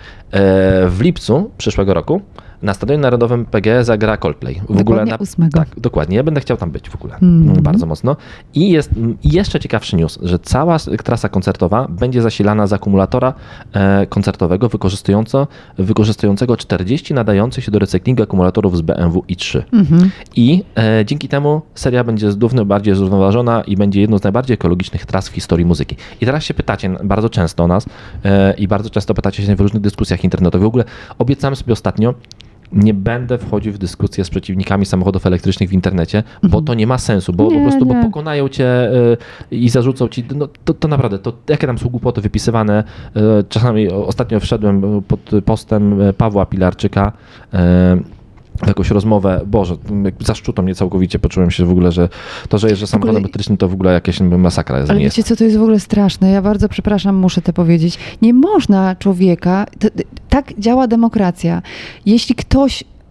W lipcu przyszłego roku na Stadionie Narodowym PGE zagra Coldplay. Dokładnie 8. Tak, dokładnie. Ja będę chciał tam być w ogóle. Bardzo mocno. I jest jeszcze ciekawszy news, że cała trasa koncertowa będzie zasilana z akumulatora koncertowego wykorzystującego 40 nadających się do recyklingu akumulatorów z BMW i3. I dzięki temu seria będzie znów bardziej zrównoważona i będzie jedną z najbardziej ekologicznych tras w historii muzyki. I teraz się pytacie bardzo często o nas i bardzo często pytacie się w różnych dyskusjach internetowych. W ogóle obiecałem sobie ostatnio, nie będę wchodził w dyskusję z przeciwnikami samochodów elektrycznych w internecie, bo to nie ma sensu, bo po prostu bo pokonają cię i zarzucą ci, no to naprawdę, to jakie tam są głupoty wypisywane. Czasami ostatnio wszedłem pod postem Pawła Pilarczyka w jakąś rozmowę, Boże, zaszczutą mnie całkowicie, poczułem się w ogóle, że to, że jeżdżę samochodem elektrycznym, to w ogóle jakaś masakra jest. Ale wiecie co, to jest w ogóle straszne, ja bardzo przepraszam, muszę to powiedzieć. Nie można człowieka, tak działa demokracja. Jeśli ktoś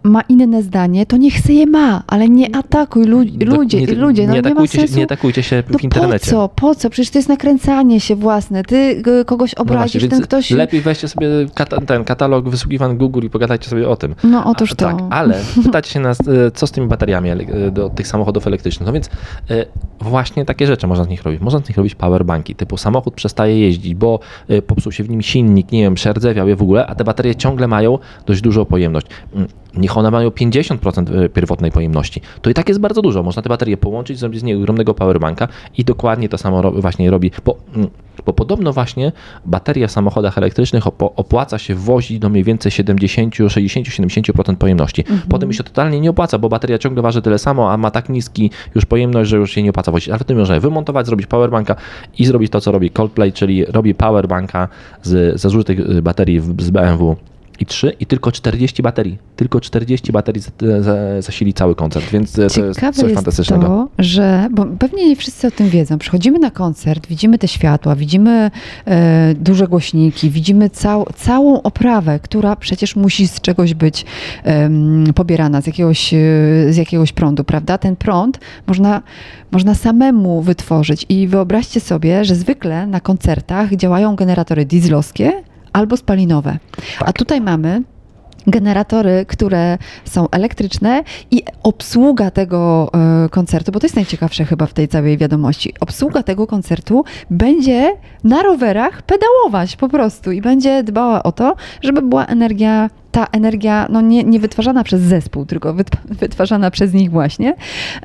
ma inne zdanie, to niech se je ma, ale nie atakuj ludzie, no nie ma sensu. Nie atakujcie się w internecie. Po co? Przecież to jest nakręcanie się własne. Ty kogoś obrazisz, ten ktoś... Lepiej weźcie sobie ten katalog wysługiwań Google i pogadajcie sobie o tym. No otóż to. Tak, ale pytacie się nas, co z tymi bateriami do tych samochodów elektrycznych. No więc właśnie takie rzeczy można z nich robić. Można z nich robić powerbanki, typu samochód przestaje jeździć, bo popsuł się w nim silnik, nie wiem, przerdzewiał je w ogóle, a te baterie ciągle mają dość dużą pojemność. Niech one mają 50% pierwotnej pojemności. To i tak jest bardzo dużo. Można te baterie połączyć, zrobić z niej ogromnego powerbanka i dokładnie to samo właśnie robi, bo podobno właśnie baterie w samochodach elektrycznych opłaca się wozić do mniej więcej 60-70% pojemności. Potem mi się totalnie nie opłaca, bo bateria ciągle waży tyle samo, a ma tak niski już pojemność, że już się nie opłaca wozić. Ale wtedy można je wymontować, zrobić powerbanka i zrobić to, co robi Coldplay, czyli robi powerbanka ze zużytych baterii z BMW i3 i tylko 40 baterii. Tylko 40 baterii zasili cały koncert, więc to jest coś fantastycznego. To, że, bo pewnie nie wszyscy o tym wiedzą, przychodzimy na koncert, widzimy te światła, widzimy duże głośniki, widzimy całą oprawę, która przecież musi z czegoś być pobierana, z jakiegoś prądu, prawda? Ten prąd można samemu wytworzyć i wyobraźcie sobie, że zwykle na koncertach działają generatory dieslowskie albo spalinowe. Tak. A tutaj mamy generatory, które są elektryczne i obsługa tego koncertu, bo to jest najciekawsze chyba w tej całej wiadomości, obsługa tego koncertu będzie na rowerach pedałować po prostu i będzie dbała o to, żeby była ta energia no nie wytwarzana przez zespół, tylko wytwarzana przez nich właśnie,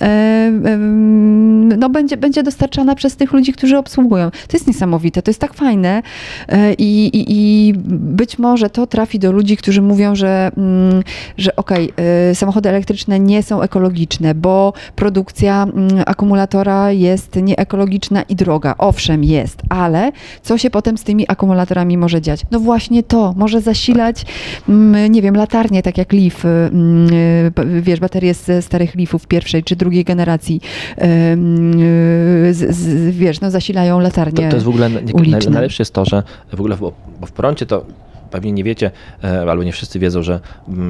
no będzie dostarczana przez tych ludzi, którzy obsługują. To jest niesamowite, to jest tak fajne i być może to trafi do ludzi, którzy mówią, że okej, samochody elektryczne nie są ekologiczne, bo produkcja akumulatora jest nieekologiczna i droga. Owszem, jest, ale co się potem z tymi akumulatorami może dziać? No właśnie to, może zasilać nie wiem, latarnie, tak jak Leaf, wiesz, baterie ze starych Leafów pierwszej czy drugiej generacji, wiesz, no zasilają latarnie. To jest w ogóle uliczne. Najlepsze jest to, że w ogóle bo w prądzie to pewnie nie wiecie, albo nie wszyscy wiedzą, że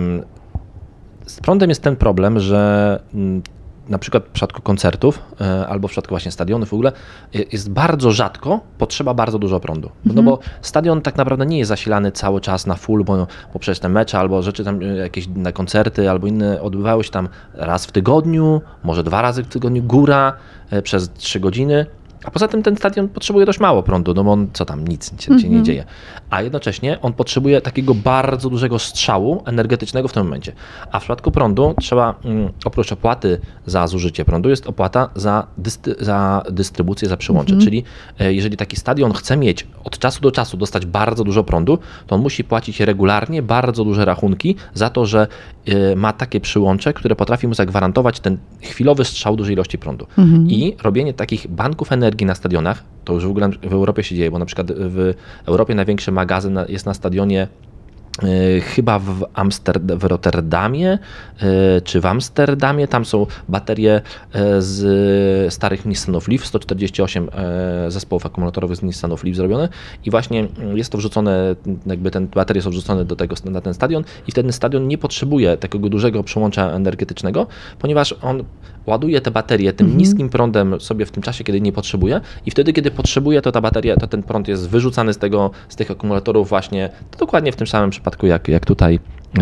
z prądem jest ten problem, że na przykład w przypadku koncertów albo w przypadku właśnie stadionów w ogóle jest bardzo rzadko potrzeba bardzo dużo prądu. No bo stadion tak naprawdę nie jest zasilany cały czas na full, bo przecież te mecze albo rzeczy tam jakieś na koncerty albo inne odbywały się tam raz w tygodniu, może 2 razy w tygodniu, góra przez 3 godziny. A poza tym ten stadion potrzebuje dość mało prądu, no bo on nic się nie dzieje. A jednocześnie on potrzebuje takiego bardzo dużego strzału energetycznego w tym momencie. A w przypadku prądu trzeba, oprócz opłaty za zużycie prądu, jest opłata za dystrybucję, za przyłącze. Czyli jeżeli taki stadion chce mieć od czasu do czasu dostać bardzo dużo prądu, to on musi płacić regularnie bardzo duże rachunki za to, że ma takie przyłącze, które potrafi mu zagwarantować ten chwilowy strzał dużej ilości prądu. I robienie takich banków energii na stadionach, to już w ogóle w Europie się dzieje, bo na przykład w Europie największy magazyn jest na stadionie chyba w Rotterdamie czy w Amsterdamie. Tam są baterie z starych Nissanów Leaf, 148 zespołów akumulatorowych z Nissanów Leaf zrobione i właśnie jest to wrzucone, jakby te baterie są wrzucone na ten stadion i wtedy stadion nie potrzebuje takiego dużego przełącza energetycznego, ponieważ on ładuje te baterie tym niskim prądem sobie w tym czasie, kiedy nie potrzebuje i wtedy, kiedy potrzebuje, to ta bateria, to ten prąd jest wyrzucany z tych akumulatorów właśnie dokładnie w tym samym przypadku, jak tutaj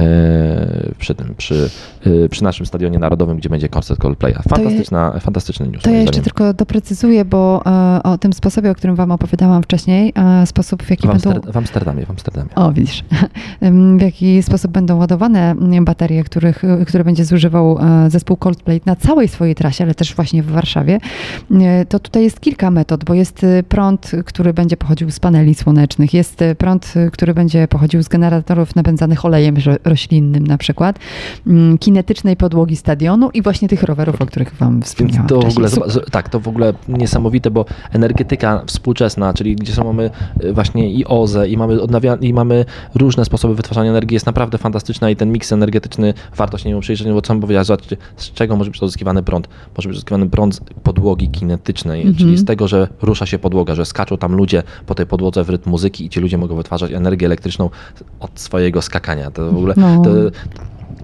przy naszym stadionie narodowym, gdzie będzie koncert Coldplaya. Fantastyczny news. To ja jeszcze tylko doprecyzuję, bo o tym sposobie, o którym wam opowiadałam wcześniej, sposób w jaki w Amsterdamie. O, widzisz. W jaki sposób będą ładowane baterie, które będzie zużywał zespół Coldplay na całej swojej trasie, ale też właśnie w Warszawie, to tutaj jest kilka metod, bo jest prąd, który będzie pochodził z paneli słonecznych, jest prąd, który będzie pochodził z generatorów napędzanych olejem roślinnym na przykład, kinetycznej podłogi stadionu i właśnie tych rowerów, o których wam wspomniałam to w ogóle niesamowite, bo energetyka współczesna, czyli gdzie mamy właśnie i OZE i mamy różne sposoby wytwarzania energii, jest naprawdę fantastyczna i ten miks energetyczny warto się niemu przyjrzeć, bo co bym powiedział, z czego może być uzyskiwany prąd? Może być uzyskiwany prąd z podłogi kinetycznej, czyli z tego, że rusza się podłoga, że skaczą tam ludzie po tej podłodze w rytm muzyki i ci ludzie mogą wytwarzać energię elektryczną od swojego skakania. To w ogóle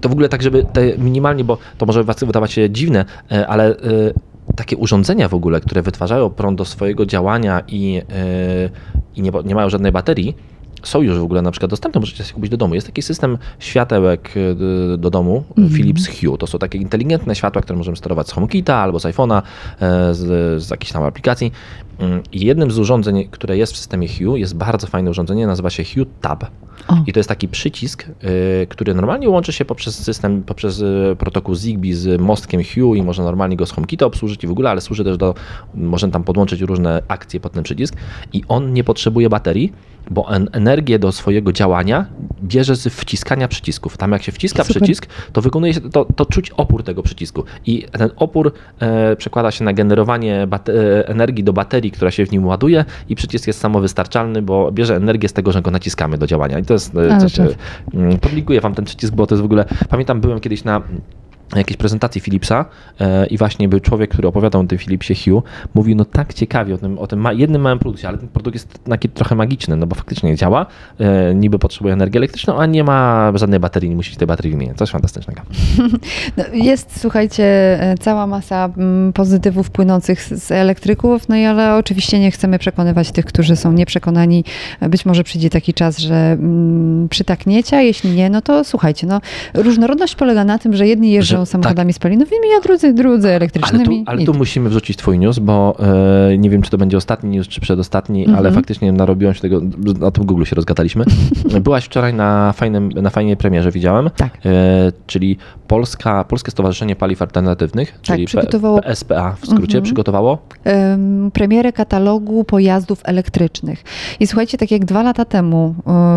To w ogóle tak, żeby te minimalnie, bo to może wydawać się dziwne, ale takie urządzenia w ogóle, które wytwarzają prąd do swojego działania i nie mają żadnej baterii, są już w ogóle na przykład dostępne, możecie sobie kupić do domu. Jest taki system światełek do domu, Philips Hue. To są takie inteligentne światła, które możemy sterować z HomeKita albo z iPhone'a, z jakiejś tam aplikacji. I jednym z urządzeń, które jest w systemie Hue, jest bardzo fajne urządzenie, nazywa się Hue Tab. I to jest taki przycisk, który normalnie łączy się poprzez system, poprzez protokół Zigbee z mostkiem Hue i można normalnie go z HomeKita obsłużyć i w ogóle, ale służy też można tam podłączyć różne akcje pod ten przycisk i on nie potrzebuje baterii, bo energię do swojego działania bierze z wciskania przycisków. Tam jak się wciska przycisk, to wykonuje się, to czuć opór tego przycisku i ten opór przekłada się na generowanie energii do baterii, która się w nim ładuje i przycisk jest samowystarczalny, bo bierze energię z tego, że go naciskamy do działania. I to jest coś, podlinkuję wam ten przycisk, bo to jest w ogóle, pamiętam, byłem kiedyś na jakiejś prezentacji Philipsa i właśnie był człowiek, który opowiadał o tym Philipsie Hue, mówił no tak ciekawie o tym jednym małym produkcie, ale ten produkt jest taki trochę magiczny, no bo faktycznie działa, niby potrzebuje energii elektryczną, a nie ma żadnej baterii, nie musi tej baterii wymieniać. Coś fantastycznego. No, jest, słuchajcie, cała masa pozytywów płynących z elektryków, no i ale oczywiście nie chcemy przekonywać tych, którzy są nieprzekonani. Być może przyjdzie taki czas, że przytakniecie, a jeśli nie, no to słuchajcie, no różnorodność polega na tym, że jedni jeżdżą samochodami spalinowymi, a drudzy elektrycznymi. Ale tu musimy wrzucić twój news, bo nie wiem, czy to będzie ostatni news, czy przedostatni, ale faktycznie narobiłem się tego, na tym Google się rozgadaliśmy. Byłaś wczoraj na fajnej premierze, widziałem, tak. Czyli Polskie Stowarzyszenie Paliw Alternatywnych, czyli PSPA w skrócie, przygotowało premierę katalogu pojazdów elektrycznych. I słuchajcie, tak jak 2 lata temu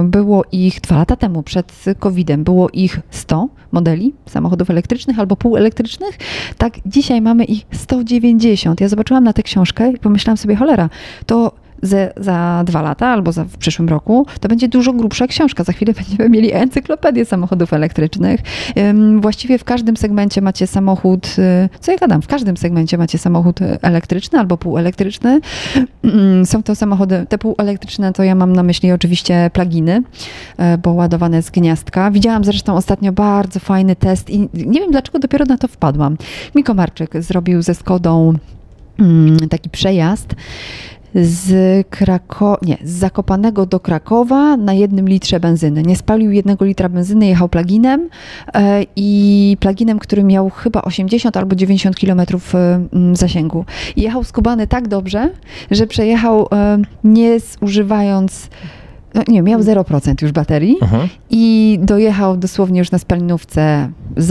przed COVID-em było ich 100 modeli samochodów elektrycznych albo półelektrycznych, tak dzisiaj mamy ich 190. Ja zobaczyłam na tę książkę i pomyślałam sobie, cholera, to za 2 lata albo w przyszłym roku to będzie dużo grubsza książka. Za chwilę będziemy mieli encyklopedię samochodów elektrycznych. Właściwie w każdym segmencie macie samochód, w każdym segmencie macie samochód elektryczny albo półelektryczny. Są to samochody, te półelektryczne to ja mam na myśli oczywiście pluginy, bo ładowane z gniazdka. Widziałam zresztą ostatnio bardzo fajny test i nie wiem dlaczego dopiero na to wpadłam. Miko Marczyk zrobił ze Skodą taki przejazd z Zakopanego do Krakowa na 1 litrze benzyny. Nie spalił 1 litra benzyny, jechał pluginem i pluginem, który miał chyba 80 albo 90 kilometrów zasięgu. I jechał skubany tak dobrze, że przejechał nie zużywając, miał 0% już baterii i dojechał dosłownie już na spalinówce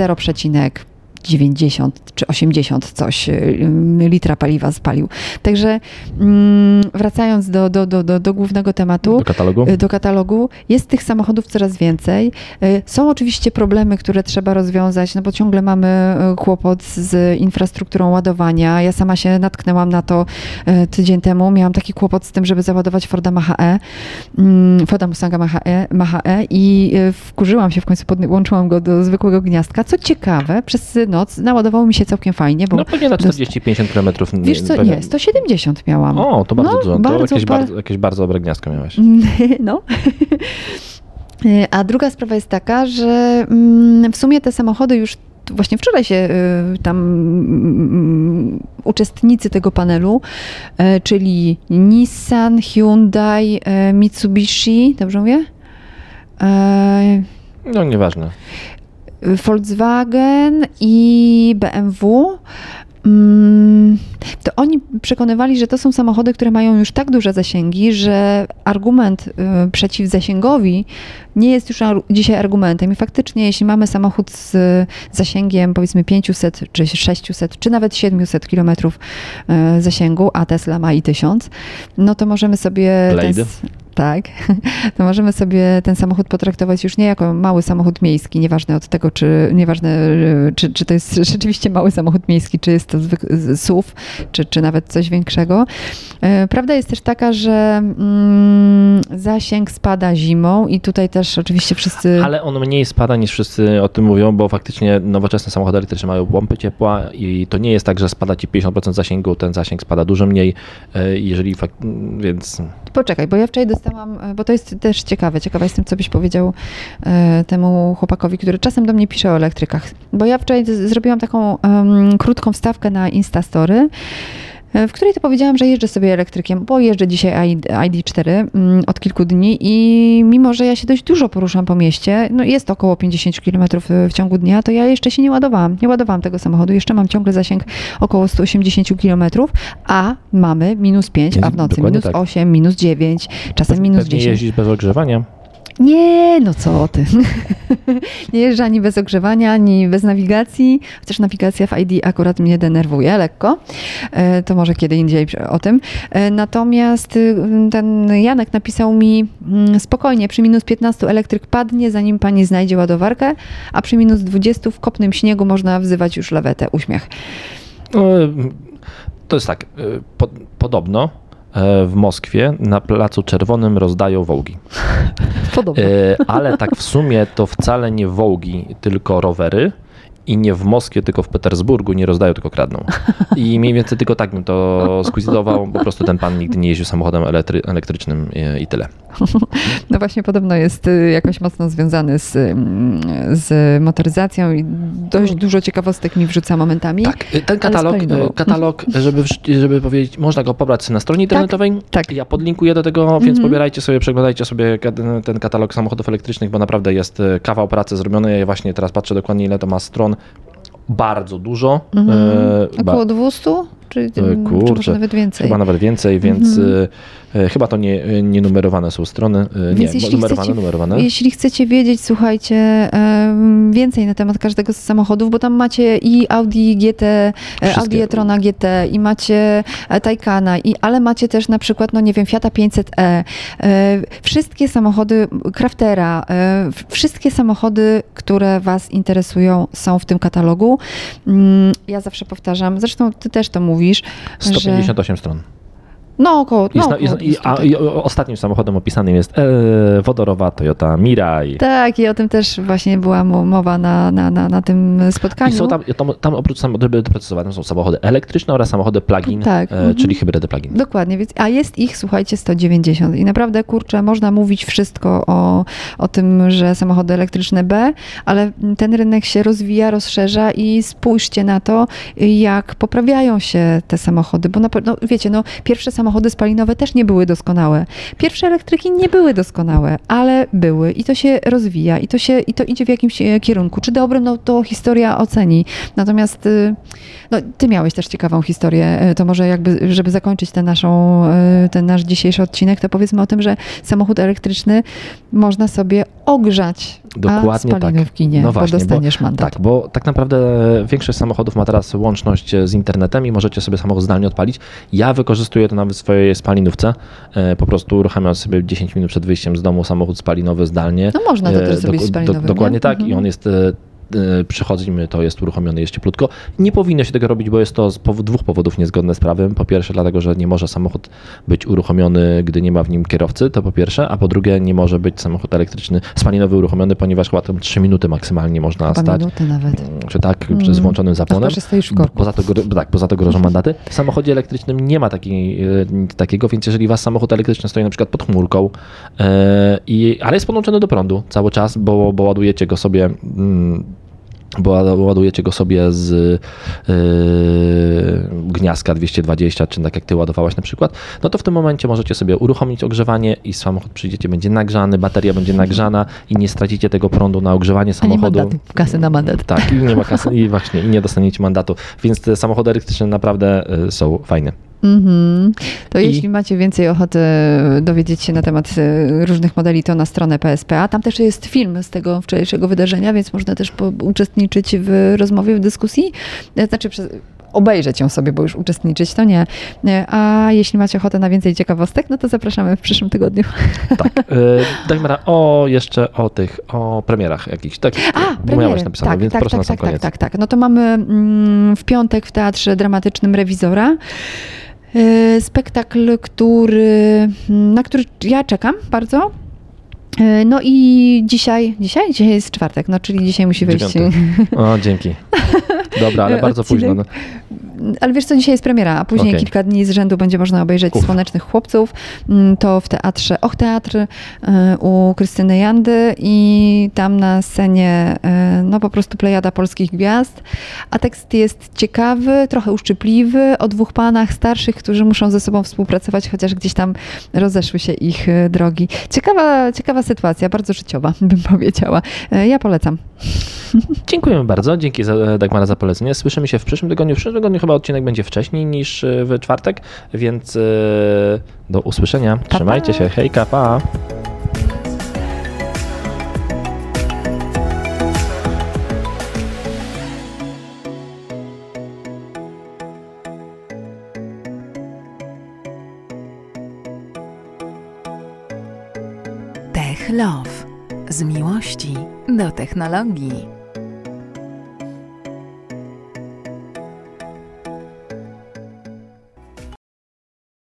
0,90 czy 80 coś litra paliwa spalił. Także wracając do głównego tematu, do katalogu, jest tych samochodów coraz więcej. Są oczywiście problemy, które trzeba rozwiązać, no bo ciągle mamy kłopot z infrastrukturą ładowania. Ja sama się natknęłam na to tydzień temu. Miałam taki kłopot z tym, żeby załadować Forda Mustanga Mach-E i wkurzyłam się, w końcu podłączyłam go do zwykłego gniazdka. Co ciekawe, przez noc naładowało mi się całkiem fajnie. Bo pewnie na 40-50 kilometrów. Wiesz co, nie, 170 miałam. O, to bardzo dużo. To jakieś bardzo dobre gniazdko miałeś. No. A druga sprawa jest taka, że w sumie te samochody już właśnie wczoraj się tam uczestnicy tego panelu, czyli Nissan, Hyundai, Mitsubishi, dobrze mówię? No nieważne. Volkswagen i BMW, to oni przekonywali, że to są samochody, które mają już tak duże zasięgi, że argument przeciw zasięgowi nie jest już dzisiaj argumentem. I faktycznie, jeśli mamy samochód z zasięgiem powiedzmy 500 czy 600 czy nawet 700 kilometrów zasięgu, a Tesla ma i 1000, no to możemy sobie to możemy sobie ten samochód potraktować już nie jako mały samochód miejski, nieważne od tego, czy to jest rzeczywiście mały samochód miejski, czy jest to SUV, czy nawet coś większego. Prawda jest też taka, że zasięg spada zimą i tutaj też oczywiście wszyscy... Ale on mniej spada niż wszyscy o tym mówią, bo faktycznie nowoczesne samochody elektryczne mają pompy ciepła i to nie jest tak, że spada ci 50% zasięgu, ten zasięg spada dużo mniej, więc... Poczekaj, bo ja wczoraj dostałam, bo to jest też ciekawa jestem, co byś powiedział temu chłopakowi, który czasem do mnie pisze o elektrykach, bo ja wczoraj zrobiłam taką krótką wstawkę na Instastory, w której to powiedziałam, że jeżdżę sobie elektrykiem, bo jeżdżę dzisiaj ID4 od kilku dni i mimo, że ja się dość dużo poruszam po mieście, no jest około 50 km w ciągu dnia, to ja jeszcze się nie ładowałam. Nie ładowałam tego samochodu, jeszcze mam ciągle zasięg około 180 km, a mamy -5, a w nocy -8, -9, czasem -10. Nie jeździć bez ogrzewania? Nie, no co ty. Nie jeżdżę ani bez ogrzewania, ani bez nawigacji, chociaż nawigacja w ID akurat mnie denerwuje lekko. To może kiedy indziej o tym. Natomiast ten Janek napisał mi spokojnie, przy -15 elektryk padnie, zanim pani znajdzie ładowarkę, a przy -20 w kopnym śniegu można wzywać już lawetę. Uśmiech. To jest tak, podobno w Moskwie na Placu Czerwonym rozdają Wołgi. Podobno. Ale tak w sumie to wcale nie Wołgi, tylko rowery. I nie w Moskwie, tylko w Petersburgu nie rozdają, tylko kradną. I mniej więcej tylko tak bym to skwizytował. Po prostu ten pan nigdy nie jeździł samochodem elektrycznym i tyle. No właśnie podobno jest jakoś mocno związany z motoryzacją i dość dużo ciekawostek mi wrzuca momentami. Tak, ten katalog żeby powiedzieć, można go pobrać na stronie internetowej. Tak. Ja podlinkuję do tego, więc pobierajcie sobie, przeglądajcie sobie ten katalog samochodów elektrycznych, bo naprawdę jest kawał pracy zrobiony. Ja właśnie teraz patrzę dokładnie, ile to ma stron. Bardzo dużo. Około 200? Czy może nawet więcej? Chyba nawet więcej, więc chyba to nie numerowane są strony. Numerowane. Jeśli chcecie wiedzieć, słuchajcie, więcej na temat każdego z samochodów, bo tam macie i Audi GT, Audi e-trona GT i macie Taycana, ale macie też na przykład, no nie wiem, Fiata 500e, wszystkie samochody Craftera, wszystkie samochody, które was interesują, są w tym katalogu. Ja zawsze powtarzam, zresztą ty też to mówisz, 158 stron. No około. Ostatnim samochodem opisanym jest wodorowa Toyota Mirai. Tak, i o tym też właśnie była mowa na tym spotkaniu. I są tam oprócz samochodów doprecyzowane są samochody elektryczne oraz samochody plug-in, czyli hybrydy plug-in. Dokładnie, więc, a jest ich, słuchajcie, 190 i naprawdę, kurczę, można mówić wszystko o tym, że samochody elektryczne ale ten rynek się rozwija, rozszerza i spójrzcie na to, jak poprawiają się te samochody, bo wiecie, pierwsze samochody spalinowe też nie były doskonałe. Pierwsze elektryki nie były doskonałe, ale były i to się rozwija i to idzie w jakimś kierunku. Czy dobrym, to historia oceni. Natomiast ty miałeś też ciekawą historię. To może jakby, żeby zakończyć ten nasz dzisiejszy odcinek, to powiedzmy o tym, że samochód elektryczny można sobie ogrzać, a spalinówki nie, bo dostaniesz mandat. Tak, bo tak naprawdę większość samochodów ma teraz łączność z internetem i możecie sobie samochód zdalnie odpalić. Ja wykorzystuję to nawet w swojej spalinówce. Po prostu uruchamiam sobie 10 minut przed wyjściem z domu samochód spalinowy zdalnie. No można to też zrobić spalinowym. Dokładnie tak i on jest... Przychodzimy, to jest uruchomiony, jest cieplutko. Nie powinno się tego robić, bo jest to z dwóch powodów niezgodne z prawem. Po pierwsze, dlatego, że nie może samochód być uruchomiony, gdy nie ma w nim kierowcy, to po pierwsze, a po drugie, nie może być samochód elektryczny spalinowy uruchomiony, ponieważ chyba tam 3 minuty maksymalnie można chyba stać. Minuty nawet. Czy tak, z włączonym zapłonem. Poza to grożą mandaty. W samochodzie elektrycznym nie ma takiego, więc jeżeli wasz samochód elektryczny stoi na przykład pod chmurką, ale jest podłączony do prądu cały czas, bo ładujecie go sobie z gniazdka 220, czy tak jak ty ładowałaś na przykład, no to w tym momencie możecie sobie uruchomić ogrzewanie i samochód będzie nagrzany, bateria będzie nagrzana i nie stracicie tego prądu na ogrzewanie samochodu. A nie kasy na mandat. Tak, i nie ma kasy i nie dostaniecie mandatu, więc te samochody elektryczne naprawdę są fajne. To jeśli macie więcej ochoty dowiedzieć się na temat różnych modeli, to na stronę PSPA. Tam też jest film z tego wczorajszego wydarzenia, więc można też uczestniczyć w rozmowie, w dyskusji. Znaczy obejrzeć ją sobie, bo już uczestniczyć to nie. A jeśli macie ochotę na więcej ciekawostek, no to zapraszamy w przyszłym tygodniu. Tak. Dagmara, jeszcze o premierach jakichś. Tak, bo miałaś napisane, więc proszę na sam koniec. Tak. No to mamy w piątek w Teatrze Dramatycznym Rewizora. Spektakl, na który ja czekam bardzo. No i dzisiaj jest czwartek, no czyli dzisiaj musi wyjść. 9. O, dzięki. Dobra, ale bardzo odcinek. późno. No. Ale wiesz co, dzisiaj jest premiera, a później kilka dni z rzędu będzie można obejrzeć Słonecznych Chłopców. To w teatrze Och Teatr u Krystyny Jandy i tam na scenie no po prostu plejada polskich gwiazd. A tekst jest ciekawy, trochę uszczypliwy, o dwóch panach starszych, którzy muszą ze sobą współpracować, chociaż gdzieś tam rozeszły się ich drogi. Ciekawa sytuacja, bardzo życiowa, bym powiedziała. Ja polecam. Dziękujemy bardzo. Dzięki Dagmara za polecenie. Słyszymy się w przyszłym tygodniu. W przyszłym tygodniu chyba odcinek będzie wcześniej niż w czwartek, więc do usłyszenia. Trzymajcie się. Hejka, pa! Tech Love. Z miłości do technologii.